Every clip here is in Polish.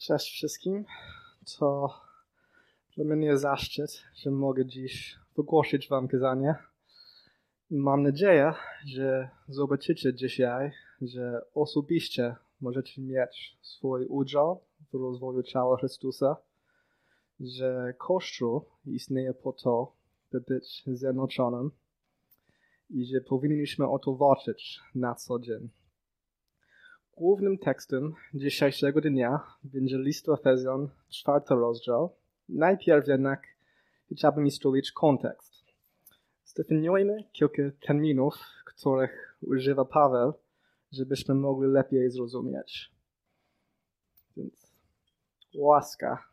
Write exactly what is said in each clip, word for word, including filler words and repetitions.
Cześć wszystkim. To dla mnie zaszczyt, że mogę dziś wygłosić wam kazanie. Mam nadzieję, że zobaczycie dzisiaj, że osobiście możecie mieć swój udział w rozwoju ciała Chrystusa, że Kościół istnieje po to, by być zjednoczonym i że powinniśmy o to walczyć na co dzień. Głównym tekstem dzisiejszego dnia będzie list do Efezjan, czwarty rozdział. Najpierw jednak chciałbym ustalić kontekst. Zdefiniujmy kilka terminów, których używa Paweł, żebyśmy mogli lepiej zrozumieć. Więc łaska.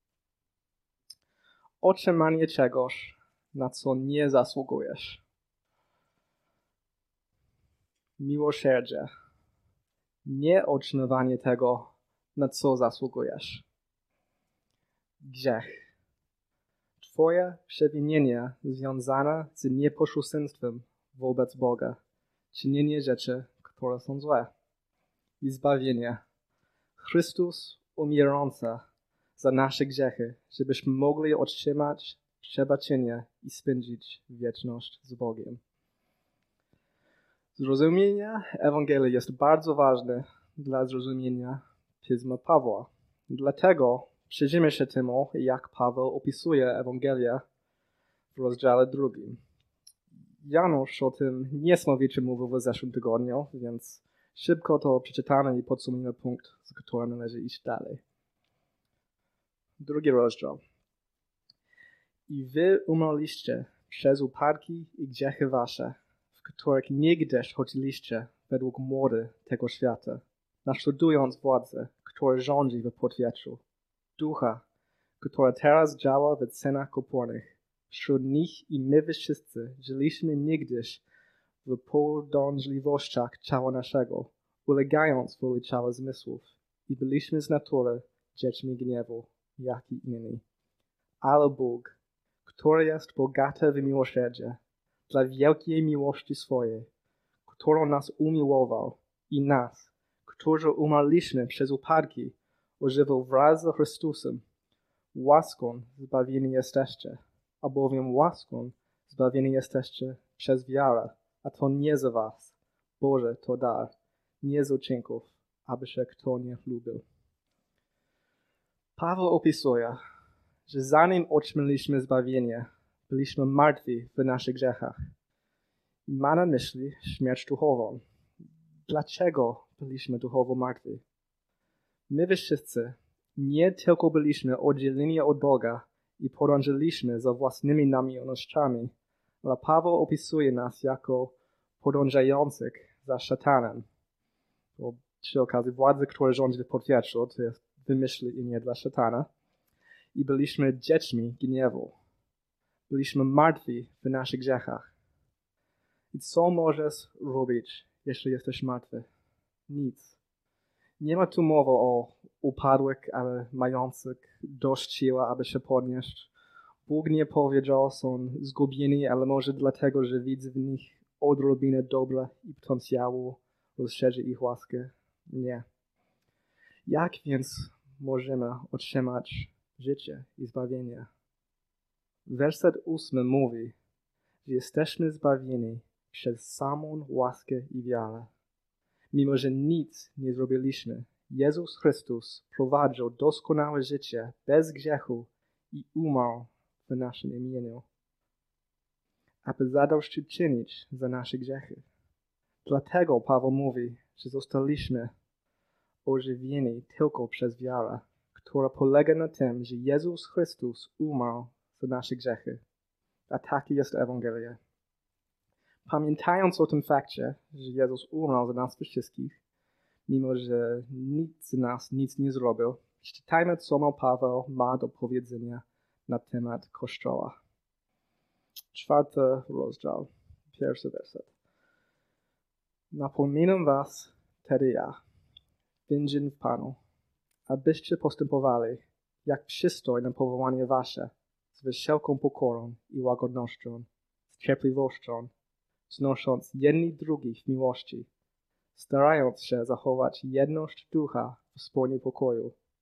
Otrzymanie czegoś, na co nie zasługujesz. Miłosierdzie. Nie otrzymywanie tego, na co zasługujesz. Grzech. Twoje przewinienie związane z nieposłuszeństwem wobec Boga. Czynienie rzeczy, które są złe. I zbawienie. Chrystus umierający za nasze grzechy, żebyśmy mogli otrzymać przebaczenie i spędzić wieczność z Bogiem. Zrozumienie Ewangelii jest bardzo ważne dla zrozumienia Pisma Pawła. Dlatego przyjrzyjmy się temu, jak Paweł opisuje Ewangelię w rozdziale drugim. Janusz o tym niesamowicie mówił w zeszłym tygodniu, więc szybko to przeczytamy i podsumujemy punkt, z którym należy iść dalej. Drugi rozdział. I wy umarliście przez upadki i grzechy wasze, w których niegdyś chodziliście według mody tego świata, naśladując władzę, która rządzi w powietrzu, ducha, która teraz działa w synach opornych. Wśród nich i my wszyscy żyliśmy niegdyś w podążliwościach ciała naszego, ulegając woli ciała zmysłów i byliśmy z natury dziećmi gniewu, jak i inni. Ale Bóg, który jest bogaty w miłosierdzie, dla wielkiej miłości swojej, którą nas umiłował i nas, którzy umarliśmy przez upadki, ożywił wraz z Chrystusem. Łaską zbawieni jesteście, albowiem łaską zbawieni jesteście przez wiarę, a to nie z was, Boże to dar, nie z uczynków, aby się kto nie chlubił. Paweł opisuje, że zanim otrzymaliśmy zbawienie, byliśmy martwi w naszych grzechach. I ma na myśli śmierć duchową. Dlaczego byliśmy duchowo martwi? My wszyscy nie tylko byliśmy oddzieleni od Boga i podążyliśmy za własnymi namiętnościami, ale Paweł opisuje nas jako podążających za szatanem. Bo przy okazji władzy, która rządzi w powietrzu, to jest wymyślne imię dla szatana. I byliśmy dziećmi gniewu. Byliśmy martwi w naszych grzechach. I co możesz robić, jeśli jesteś martwy? Nic. Nie ma tu mowy o upadłych, ale mających dość siły, aby się podnieść. Bóg nie powiedział, są zgubieni, ale może dlatego, że widzi w nich odrobinę dobra i potencjału, rozszerzy ich łaskę. Nie. Jak więc możemy otrzymać życie i zbawienie? Werset ósmy mówi, że jesteśmy zbawieni przez samą łaskę i wiarę. Mimo że nic nie zrobiliśmy, Jezus Chrystus prowadził doskonałe życie bez grzechu i umarł w naszym imieniu, aby zadośćuczynić za nasze grzechy. Dlatego Paweł mówi, że zostaliśmy ożywieni tylko przez wiarę, która polega na tym, że Jezus Chrystus umarł za nasze grzechy. A taki jest Ewangelia. Pamiętając o tym fakcie, że Jezus umarł za nas wszystkich, mimo że nikt z nas nic nie zrobił, czytajmy, co Paweł ma do powiedzenia na temat Kościoła. Czwarty rozdział, pierwszy werset. Napominam was tedy ja, więzień w Panu, abyście postępowali, jak przystoi na powołanie wasze, z wszelką pokorą i łagodnością, z cierpliwością, znosząc jedni drugich w miłości, starając się zachować jedność ducha w wspólnym pokoju.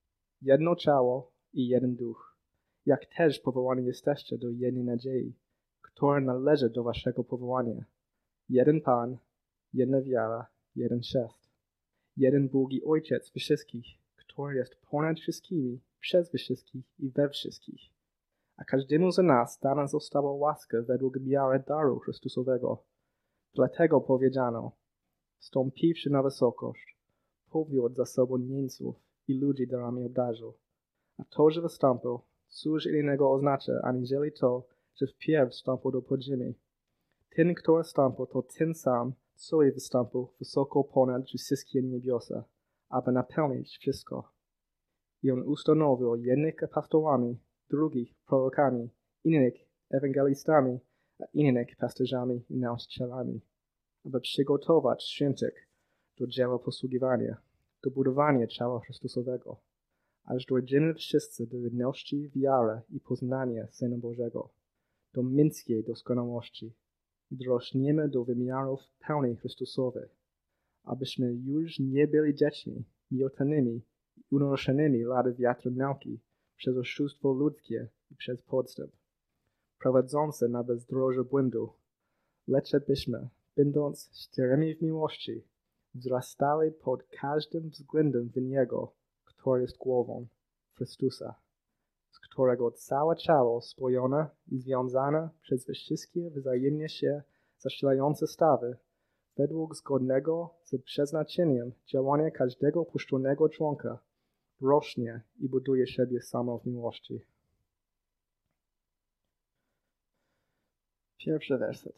jedno ciało i jeden duch, jak też powołani jesteście do jednej nadziei, która należy do waszego powołania. Jeden Pan, jedna wiara, jeden chrzest. Jeden Bóg i Ojciec wszystkich, który jest ponad wszystkimi, przez wszystkich i we wszystkich. A każdemu z nas dana została łaska według miary daru Chrystusowego. Dlatego powiedziano, stąpiwszy na wysokość, powiódł za sobą jeńców i ludzi darami obdarzył. A to, że wystąpił, cóż innego oznacza, aniżeli to, że wpierw wstąpił do podziemi. Ten, który wstąpił, to ten sam, co i wystąpił wysoko ponad wszystkie niebiosa, aby napełnić wszystko. I on ustanowił jednych apostołami, drugich prorokami, innych ewangelistami, a innych pasterzami i nauczycielami, aby przygotować świętych do dzieła posługiwania, do budowania ciała Chrystusowego, aż dojdziemy wszyscy do jedności wiary i poznania Syna Bożego, do miękkiej doskonałości i dorośniemy do wymiarów pełni Chrystusowej, abyśmy już nie byli dziećmi, miotanymi i unoszonymi lady wiatru nauki przez oszustwo ludzkie i przez podstęp, prowadzące na bezdroże błędu, lecz abyśmy, będąc szczerymi w miłości, wzrastali pod każdym względem w Niego, który jest głową, Chrystusa, z którego całe ciało spojone i związane przez wszystkie wzajemnie się zasilające stawy, według zgodnego z przeznaczeniem działania każdego poszczególnego członka, rośnie i buduje siebie samo w miłości. Pierwszy werset.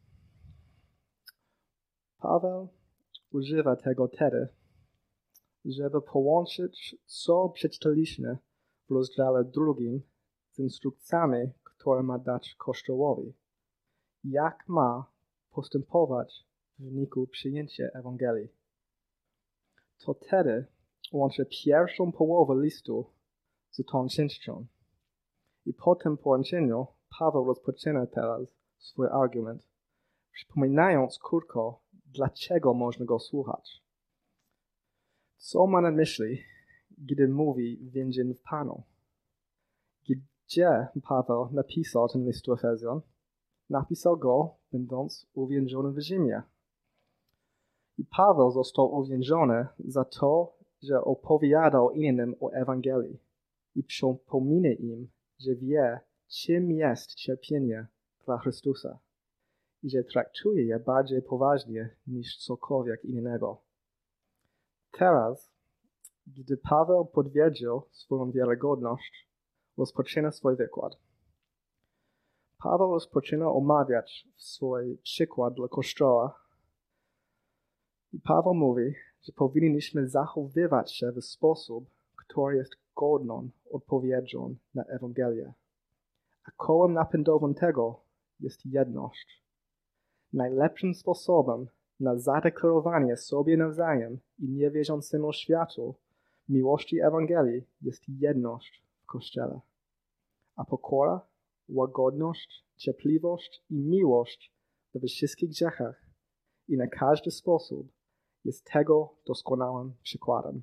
Paweł używa tego wtedy, żeby połączyć, co przeczytaliśmy w rozdziale drugim z instrukcjami, które ma dać Kościołowi. Jak ma postępować w wyniku przyjęcia Ewangelii. To wtedy łączy pierwszą połowę listu z tą częścią. I po tym połączeniu Paweł rozpoczyna teraz swój argument, przypominając krótko, dlaczego można go słuchać. Co ma na myśli, gdy mówi więzień w Panu? Gdzie Paweł napisał ten list do Efezjan? Napisał go, będąc uwięziony w Rzymie. I Paweł został uwięziony za to, że opowiadał innym o Ewangelii i przypomina im, że wie, czym jest cierpienie dla Chrystusa i że traktuje je bardziej poważnie niż cokolwiek innego. Teraz, gdy Paweł potwierdził swoją wiarygodność, rozpoczyna swój wykład. Paweł rozpoczyna omawiać swój przykład dla Kościoła. I Paweł mówi, że powinniśmy zachowywać się w sposób, który jest godną odpowiedzią na Ewangelię. A kołem napędowym tego jest jedność. Najlepszym sposobem na zadeklarowanie sobie nawzajem i niewierzącemu światu miłości Ewangelii jest jedność w Kościele. A pokora, łagodność, cierpliwość i miłość we wszystkich grzechach i na każdy sposób jest tego doskonałym przykładem.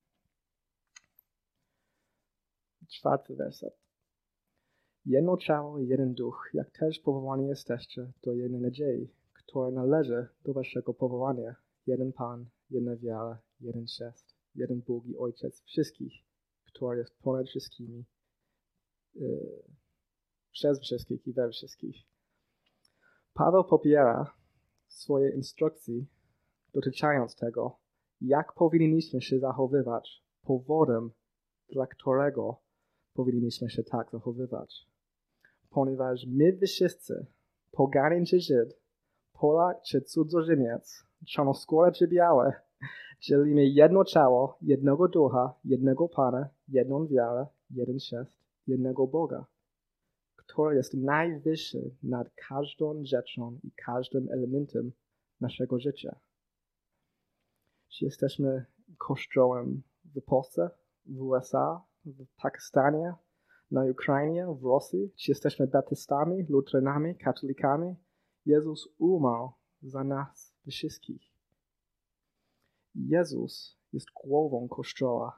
Czwarty werset. Jedno ciało i jeden duch, jak też powołani jesteście do jednej nadziei, która należy do waszego powołania. Jeden Pan, jedna wiara, jeden chrzest, jeden Bóg i Ojciec wszystkich, który jest ponad wszystkimi, yy, przez wszystkich i we wszystkich. Paweł popiera swoje instrukcje dotyczące tego, jak powinniśmy się zachowywać, powodem, dla którego powinniśmy się tak zachowywać. Ponieważ my wszyscy, poganin czy Żyd, Polak czy cudzoziemiec, czarnoskóry czy biały, dzielimy jedno ciało, jednego ducha, jednego Pana, jedną wiarę, jeden chrzest, jednego Boga, który jest najwyższy nad każdą rzeczą i każdym elementem naszego życia. Czy jesteśmy kościołem w Polsce, w U S A, w Pakistanie, na Ukrainie, w Rosji? Czy jesteśmy baptystami, luteranami, katolikami? Jezus umarł za nas wszystkich. Jezus jest głową Kościoła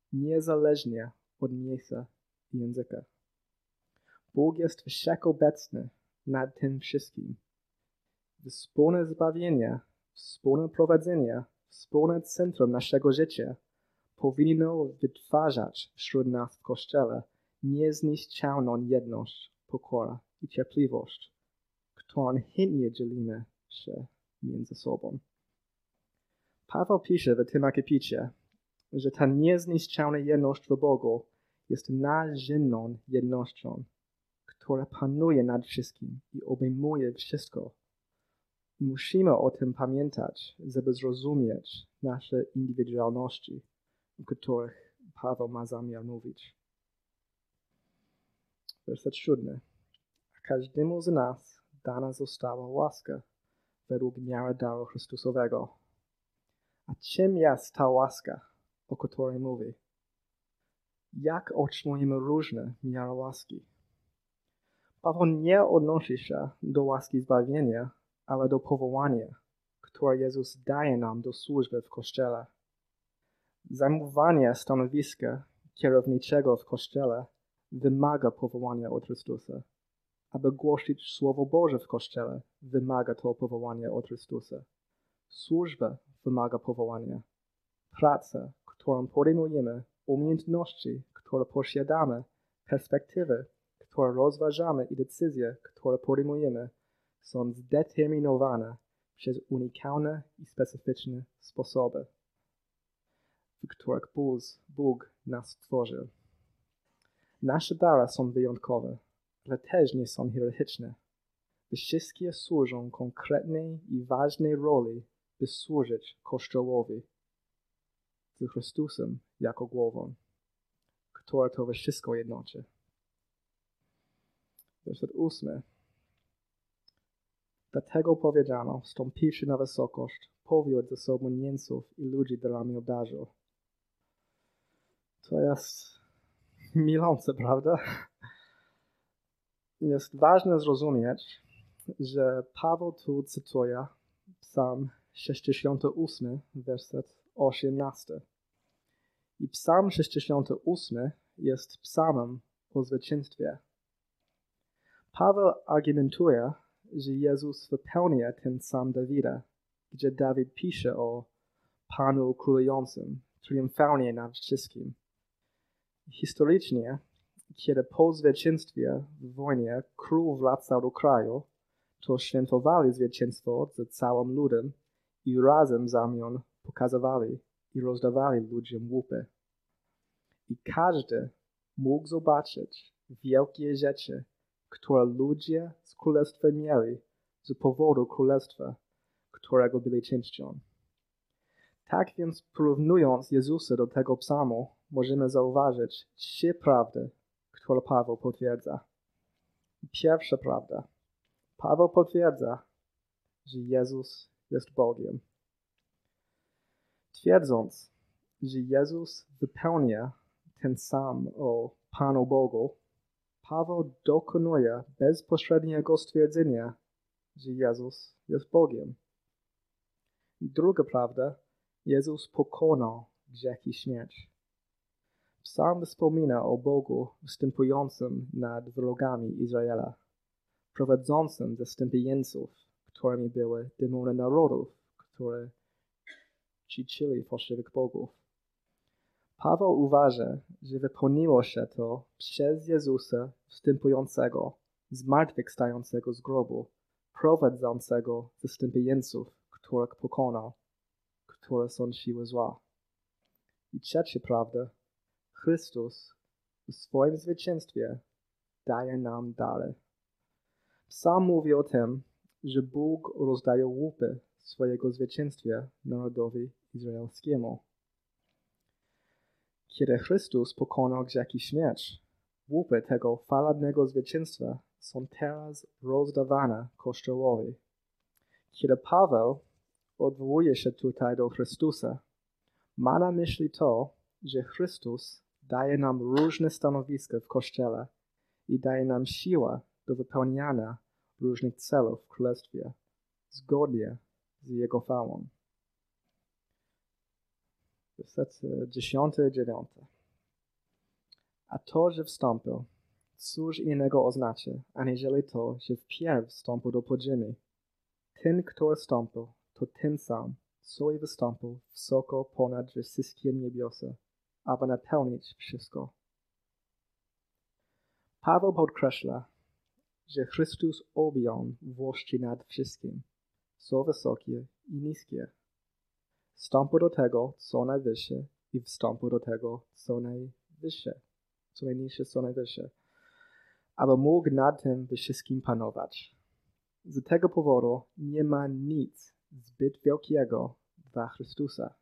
niezależnie od miejsca i języka. Bóg jest wszechobecny nad tym wszystkim. Wspólne zbawienie, wspólne prowadzenie, wspólne centrum naszego życia powinno wytwarzać wśród nas w Kościele niezniszczalną jedność, pokora i cierpliwość, którą chętnie dzielimy się między sobą. Paweł pisze w tym akapicie, że ta niezniszczalna jedność w Bogu jest nadrzędną jednością, która panuje nad wszystkim i obejmuje wszystko. I musimy o tym pamiętać, żeby zrozumieć nasze indywidualności, o których Paweł ma zamiar mówić. Werset siódmy. A każdemu z nas dana została łaska według miary daru Chrystusowego. A czym jest ta łaska, o której mówi? Jak otrzymujemy różne miary łaski? Paweł nie odnosi się do łaski zbawienia, ale do powołania, które Jezus daje nam do służby w Kościele. Zajmowanie stanowiska kierowniczego w Kościele wymaga powołania od Chrystusa. Aby głosić Słowo Boże w Kościele, wymaga to powołania od Chrystusa. Służba wymaga powołania. Praca, którą podejmujemy, umiejętności, które posiadamy, perspektywy, które rozważamy i decyzje, które podejmujemy, są zdeterminowane przez unikalne i specyficzne sposoby, w których Bóg nas stworzył. Nasze dary są wyjątkowe, ale też nie są hierarchiczne. Wszystkie służą konkretnej i ważnej roli, by służyć Kościołowi z Chrystusem jako głową, która to wszystko jednoczy. Werset ósmy. Dlatego powiedziano, wstąpiwszy na wysokość, powiódł ze sobą jeńców i ludzi darami obdarzył. To jest mylące, prawda? Jest ważne zrozumieć, że Paweł tu cytuje Psalm sześćdziesiąty ósmy, werset osiemnasty. I Psalm sześćdziesiąty ósmy jest psalmem o zwycięstwie. Paweł argumentuje, że Jezus wypełnia ten psalm Dawida, gdzie Dawid pisze o Panu królującym, triumfalnie nad wszystkim. Historycznie, kiedy po zwycięstwie w wojnie król wracał do kraju, to świętowali zwycięstwo ze całym ludem i razem z armią pokazywali i rozdawali ludziom łupy. I każdy mógł zobaczyć wielkie rzeczy, które ludzie z królestwa mieli z powodu królestwa, którego byli częścią. Tak więc porównując Jezusa do tego psalmu, możemy zauważyć trzy prawdy, które Paweł potwierdza. Pierwsza prawda. Paweł potwierdza, że Jezus jest Bogiem. Twierdząc, że Jezus wypełnia ten psalm o Panu Bogu, Paweł dokonuje bezpośredniego stwierdzenia, że Jezus jest Bogiem. Druga prawda. Jezus pokonał grzech i śmierć. Psalm wspomina o Bogu występującym nad wrogami Izraela, prowadzącym zastępy jeńców, którymi były demony narodów, które ćwiczyli fałszywych bogów. Paweł uważa, że wypełniło się to przez Jezusa wstępującego, zmartwychwstającego z grobu, prowadzącego zastępy jeńców, których pokonał, które są siły zła. I trzecia prawda. Chrystus w swoim zwycięstwie daje nam dary. Psalm mówi o tym, że Bóg rozdaje łupy swojego zwycięstwa narodowi izraelskiemu. Kiedy Chrystus pokonał grzech i śmierć, łupy tego chwalebnego zwycięstwa są teraz rozdawane Kościołowi. Kiedy Paweł odwołuje się tutaj do Chrystusa, ma na myśli to, że Chrystus daje nam różne stanowiska w Kościele i daje nam siłę do wypełniania różnych celów w Królestwie, zgodnie z Jego chwałą. Werset dziesiąty i dziewiąty. A to, że wstąpił, cóż innego oznacza, aniżeli to, że wpierw wstąpił do podziemi. Ten, który wstąpił, to ten sam, co i wystąpił wysoko ponad wszystkie niebiosa, aby napełnić wszystko. Paweł podkreśla, że Chrystus objął włości nad wszystkim, co wysokie i niskie. Wstąpił do tego, co najwyższe i wstąpił do tego, co najwyższe, co najniższe, co najwyższe, aby mógł nad tym wszystkim panować. Z tego powodu nie ma nic zbyt wielkiego dla Chrystusa.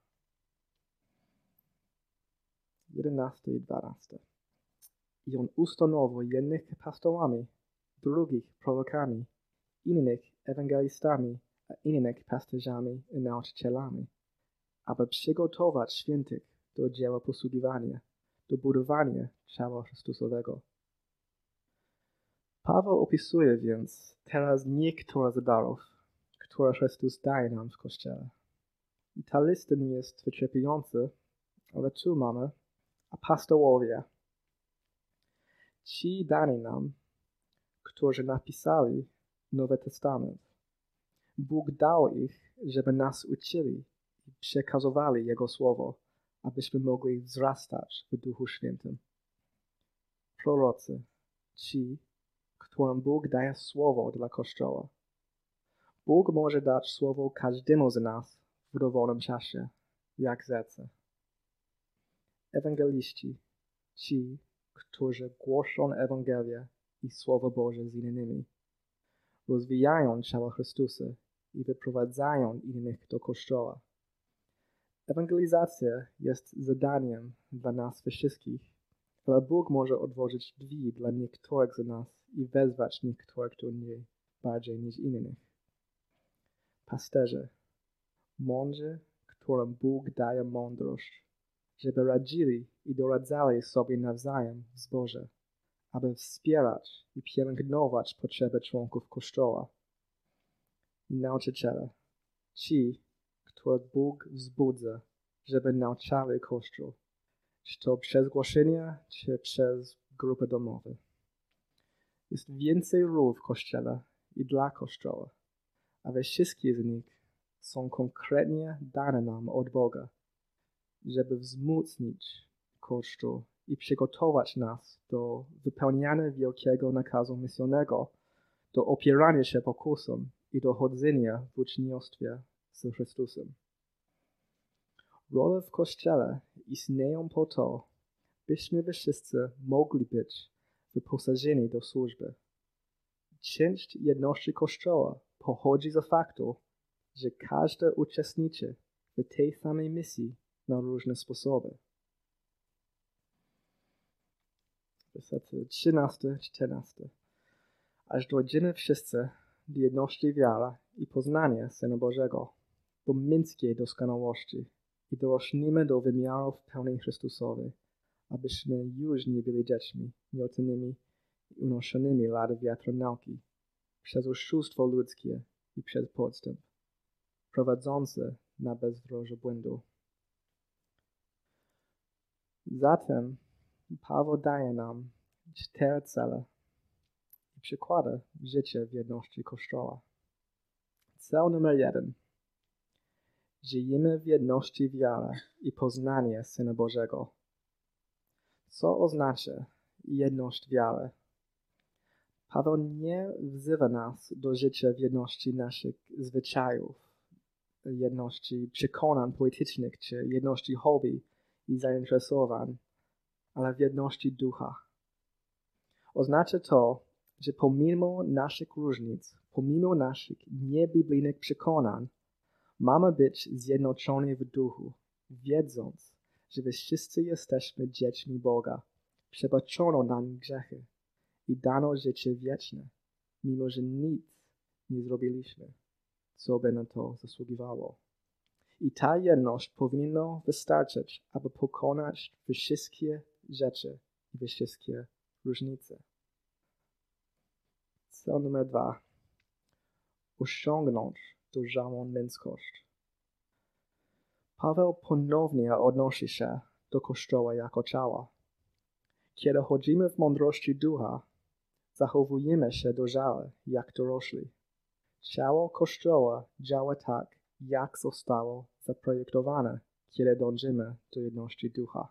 jedenaste i dwanaście. I on ustanowił jednych pastorami, drugich prorokami, innych ewangelistami, a innych pasterzami i nauczycielami, aby przygotować świętych do dzieła posługiwania, do budowania ciała Chrystusowego. Paweł opisuje więc teraz niektóre z darów, które Chrystus daje nam w Kościele. I ta lista nie jest wyczerpująca, ale tu mamy apostołowie. Ci dani nam, którzy napisali Nowy Testament. Bóg dał ich, żeby nas uczyli i przekazywali Jego Słowo, abyśmy mogli wzrastać w Duchu Świętym. Prorocy, ci, którym Bóg daje Słowo dla Kościoła. Bóg może dać Słowo każdemu z nas w dowolnym czasie, jak zechce. Ewangeliści, ci, którzy głoszą Ewangelię i Słowo Boże z innymi, rozwijają ciało Chrystusa i wyprowadzają innych do Kościoła. Ewangelizacja jest zadaniem dla nas wszystkich, ale Bóg może otworzyć drzwi dla niektórych z nas i wezwać niektórych do niej bardziej niż innych. Pasterze, mądrzy, którym Bóg daje mądrość, żeby radzili i doradzali sobie nawzajem w zborze, aby wspierać i pielęgnować potrzeby członków Kościoła. I nauczyciele, ci, których Bóg wzbudza, żeby nauczali Kościół, czy to przez głoszenie, czy przez grupy domowe. Jest więcej ról w Kościele i dla Kościoła, ale wszystkie z nich są konkretnie dane nam od Boga, żeby wzmocnić Kościół i przygotować nas do wypełniania wielkiego nakazu misjonnego, do opierania się pokusom i do chodzenia w uczniostwie z Chrystusem. Role w Kościele istnieją po to, byśmy wszyscy mogli być wyposażeni do służby. Część jedności Kościoła pochodzi z faktu, że każdy uczestniczy w tej samej misji na różne sposoby. Wersety trzynaste czternaste. Aż dojdziemy wszyscy do jedności wiary i poznania Syna Bożego, do męskiej doskonałości i dorośniemy do wymiarów pełnej Chrystusowej, abyśmy już nie byli dziećmi, nieocenionymi i unoszonymi lady wiatru nauki, przez oszustwo ludzkie i przez podstęp, prowadzące na bezdroże błędu. Zatem Paweł daje nam cztery cele i przykłady życia w jedności Kościoła. Cel numer jeden. Żyjemy w jedności wiary i poznania Syna Bożego. Co oznacza jedność wiary? Paweł nie wzywa nas do życia w jedności naszych zwyczajów, jedności przekonań politycznych czy jedności hobby i zainteresowań, ale w jedności ducha. Oznacza to, że pomimo naszych różnic, pomimo naszych niebiblijnych przekonań, mamy być zjednoczeni w duchu, wiedząc, że wszyscy jesteśmy dziećmi Boga. Przebaczono nam grzechy i dano życie wieczne, mimo że nic nie zrobiliśmy, co by na to zasługiwało. I ta jedność powinna wystarczyć, aby pokonać wszystkie rzeczy i wszystkie różnice. Cel numer dwa. Osiągnąć dojrzałą męskość. Paweł ponownie odnosi się do Kościoła jako ciała. Kiedy chodzimy w mądrości ducha, zachowujemy się dojrzale, jak dorośli. Ciało Kościoła działa tak, jak zostało zaprojektowane, kiedy dążymy do jedności ducha.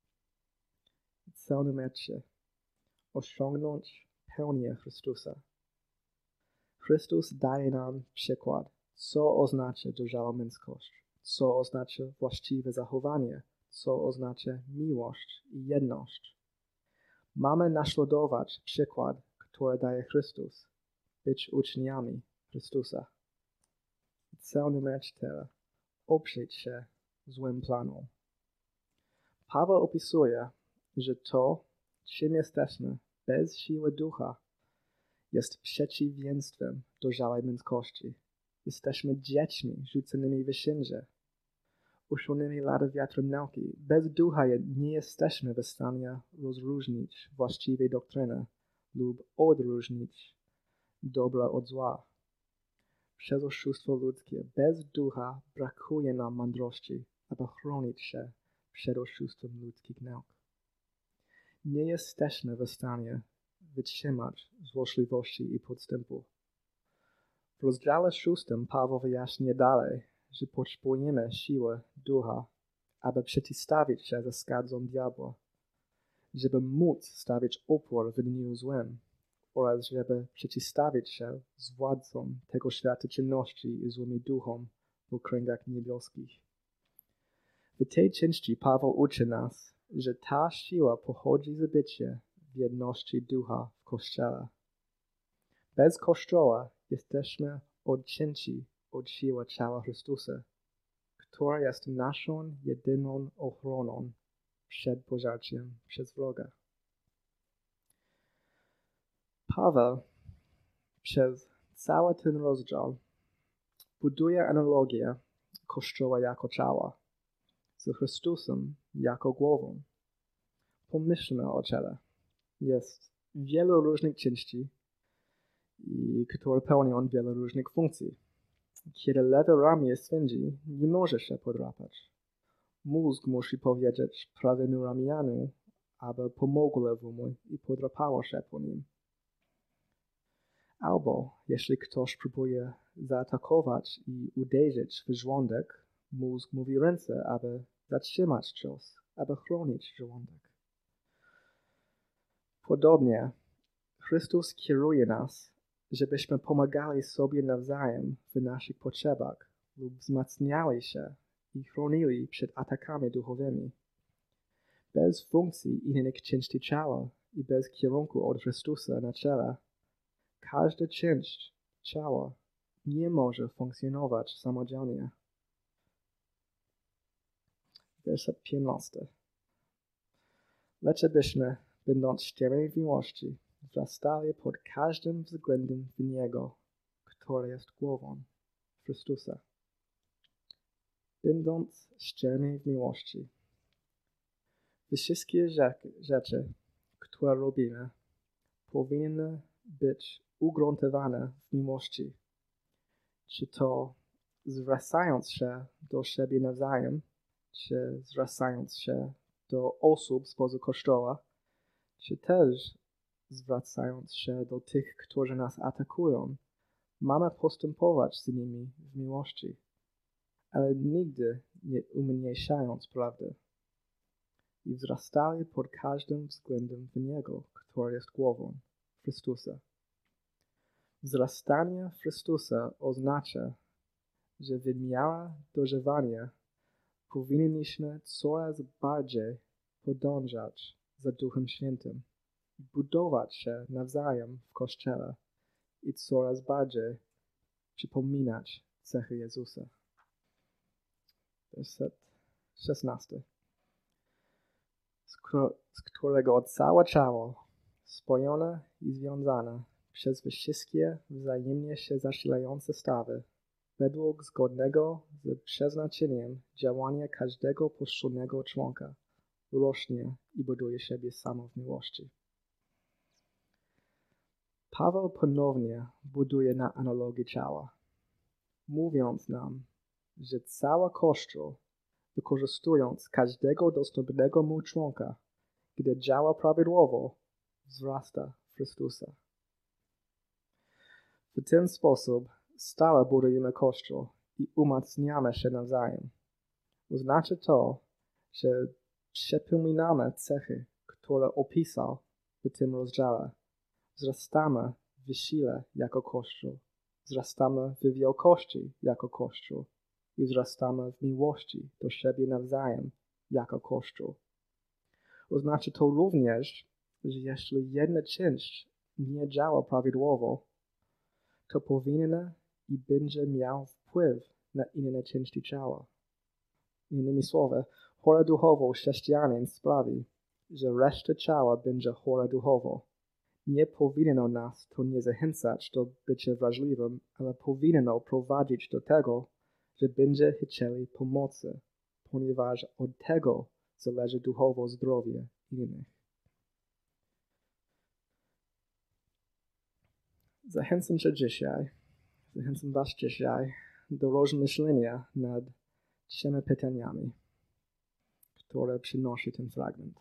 Cel numer trzy. Osiągnąć pełnię Chrystusa. Chrystus daje nam przykład, co oznacza dojrzała męskość, co oznacza właściwe zachowanie, co oznacza miłość i jedność. Mamy naśladować przykład, który daje Chrystus, być uczniami Chrystusa. Cel numer cztery. Oprzeć się złym planom. Paweł opisuje, że to, czym jesteśmy bez siły ducha, jest przeciwieństwem dojrzałej męskości. Jesteśmy dziećmi rzuconymi w księdze, uszonymi lada wiatru nauki. Bez ducha nie jesteśmy w stanie rozróżnić właściwej doktryny lub odróżnić dobra od zła. Przez oszustwo ludzkie, bez ducha brakuje nam mądrości, aby chronić się przed oszustwem ludzkich nauk. Nie jesteśmy w stanie wytrzymać złośliwości i podstępu. W rozdziale szóstym Paweł wyjaśnia dalej, że potrzebujemy siły ducha, aby przeciwstawić się zaskadzom diabła, żeby móc stawić opór w dniu złym oraz żeby przeciwstawić się władcom tego świata ciemności i złymi duchom w okręgach niebieskich. W tej części Paweł uczy nas, że ta siła pochodzi z bycia w jedności ducha w Kościele. Bez Kościoła jesteśmy odcięci od siły ciała Chrystusa, która jest naszą jedyną ochroną przed pożarciem przez wroga. Paweł przez cały ten rozdział buduje analogię Kościoła jako ciała z Chrystusem jako głową. Pomyślmy o ciele. Jest wiele różnych części, i które pełnią wiele różnych funkcji. Kiedy lewe ramię swędzi, nie może się podrapać. Mózg musi powiedzieć prawemu ramieniu, aby pomogło lewemu i podrapało się po nim. Albo jeśli ktoś próbuje zaatakować i uderzyć w żołądek, mózg mówi ręce, aby zatrzymać cios, aby chronić żołądek. Podobnie Chrystus kieruje nas, żebyśmy pomagali sobie nawzajem w naszych potrzebach lub wzmacniali się i chronili przed atakami duchowymi. Bez funkcji innych części ciała i bez kierunku od Chrystusa na ciele, każda część ciała nie może funkcjonować samodzielnie. Werset piętnasty. Lecz abyśmy, będąc szczerymi w miłości, wzrastali pod każdym względem w Niego, który jest głową, Chrystusa. Będąc szczerymi w miłości. Wszystkie rzeczy, które robimy, powinny być ugruntowane w miłości. Czy to zwracając się do siebie nawzajem, czy zwracając się do osób spoza Kościoła, czy też zwracając się do tych, którzy nas atakują, mamy postępować z nimi w miłości, ale nigdy nie umniejszając prawdy. I wzrastali pod każdym względem w Niego, który jest głową, Chrystusa. Wzrastanie w Chrystusa oznacza, że w miarę dojrzewania powinniśmy coraz bardziej podążać za Duchem Świętym, budować się nawzajem w Kościele i coraz bardziej przypominać cechy Jezusa. Werset szesnasty. Z którego całe ciało, spojone i związane przez wszystkie wzajemnie się zasilające stawy, według zgodnego z przeznaczeniem działania każdego poszczególnego członka, rośnie i buduje siebie samo w miłości. Paweł ponownie buduje na analogii ciała, mówiąc nam, że cały Kościół, wykorzystując każdego dostępnego mu członka, gdy działa prawidłowo, wzrasta w Chrystusa. W ten sposób stale budujemy Kościół i umacniamy się nawzajem. Oznacza to, że przypominamy cechy, które opisał w tym rozdziale. Wzrastamy w sile jako Kościół. Wzrastamy w wielkości jako Kościół. I wzrastamy w miłości do siebie nawzajem jako Kościół. Oznacza to również, że jeśli jedna część nie działa prawidłowo, to powinna i będzie miał wpływ na inne części ciała. Innymi słowy, chora duchowo chrześcijanin sprawi, że reszta ciała będzie chora duchowo. Nie powinno nas to nie zachęcać do bycia wrażliwym, ale powinno prowadzić do tego, że będzie chcieli pomocy, ponieważ od tego zależy duchowe zdrowie innych. Zachęcam Cię dzisiaj, zachęcam Was dzisiaj do rozmyślenia nad trzema pytaniami, które przynosi ten fragment.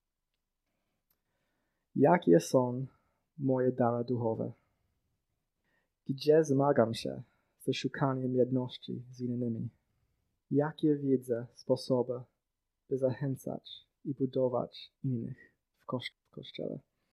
Jakie są moje dary duchowe? Gdzie zmagam się ze szukaniem jedności z innymi? Jakie widzę sposoby, by zachęcać i budować innych w, kości- w Kościele?